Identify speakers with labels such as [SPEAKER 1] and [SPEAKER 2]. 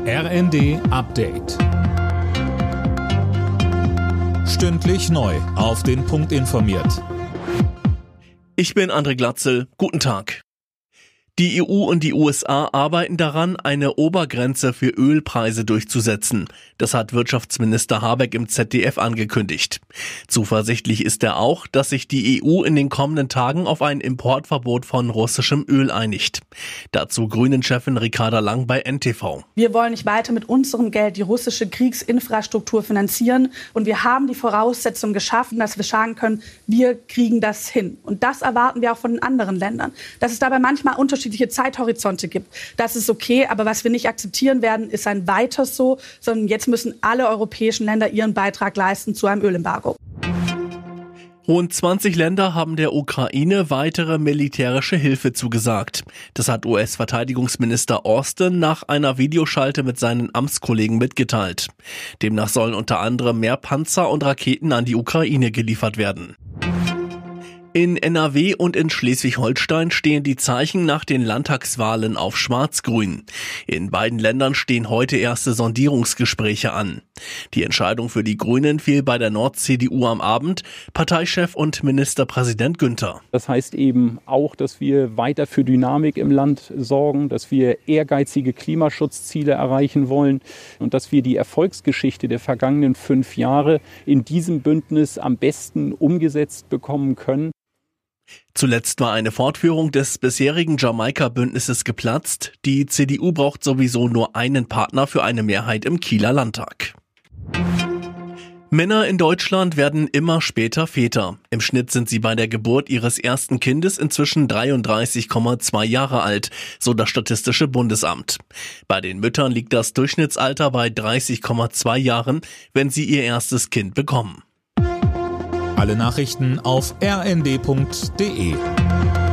[SPEAKER 1] RND Update. Stündlich neu auf den Punkt informiert.
[SPEAKER 2] Ich bin André Glatzel. Guten Tag. Die EU und die USA arbeiten daran, eine Obergrenze für Ölpreise durchzusetzen. Das hat Wirtschaftsminister Habeck im ZDF angekündigt. Zuversichtlich ist er auch, dass sich die EU in den kommenden Tagen auf ein Importverbot von russischem Öl einigt. Dazu Grünen-Chefin Ricarda Lang bei NTV.
[SPEAKER 3] Wir wollen nicht weiter mit unserem Geld die russische Kriegsinfrastruktur finanzieren. Und wir haben die Voraussetzungen geschaffen, dass wir sagen können, wir kriegen das hin. Und das erwarten wir auch von den anderen Ländern. Dass es dabei manchmal unterschiedliche Zeithorizonte gibt. Das ist okay, aber was wir nicht akzeptieren werden, ist ein weiter so, sondern jetzt müssen alle europäischen Länder ihren Beitrag leisten zu einem Ölembargo.
[SPEAKER 2] Rund 20 Länder haben der Ukraine weitere militärische Hilfe zugesagt. Das hat US-Verteidigungsminister Austin nach einer Videoschalte mit seinen Amtskollegen mitgeteilt. Demnach sollen unter anderem mehr Panzer und Raketen an die Ukraine geliefert werden. In NRW und in Schleswig-Holstein stehen die Zeichen nach den Landtagswahlen auf Schwarz-Grün. In beiden Ländern stehen heute erste Sondierungsgespräche an. Die Entscheidung für die Grünen fiel bei der Nord-CDU am Abend, Parteichef und Ministerpräsident Günther.
[SPEAKER 4] Das heißt eben auch, dass wir weiter für Dynamik im Land sorgen, dass wir ehrgeizige Klimaschutzziele erreichen wollen und dass wir die Erfolgsgeschichte der vergangenen 5 Jahre in diesem Bündnis am besten umgesetzt bekommen können.
[SPEAKER 2] Zuletzt war eine Fortführung des bisherigen Jamaika-Bündnisses geplatzt. Die CDU braucht sowieso nur einen Partner für eine Mehrheit im Kieler Landtag. Männer in Deutschland werden immer später Väter. Im Schnitt sind sie bei der Geburt ihres ersten Kindes inzwischen 33,2 Jahre alt, so das Statistische Bundesamt. Bei den Müttern liegt das Durchschnittsalter bei 30,2 Jahren, wenn sie ihr erstes Kind bekommen.
[SPEAKER 1] Alle Nachrichten auf rnd.de.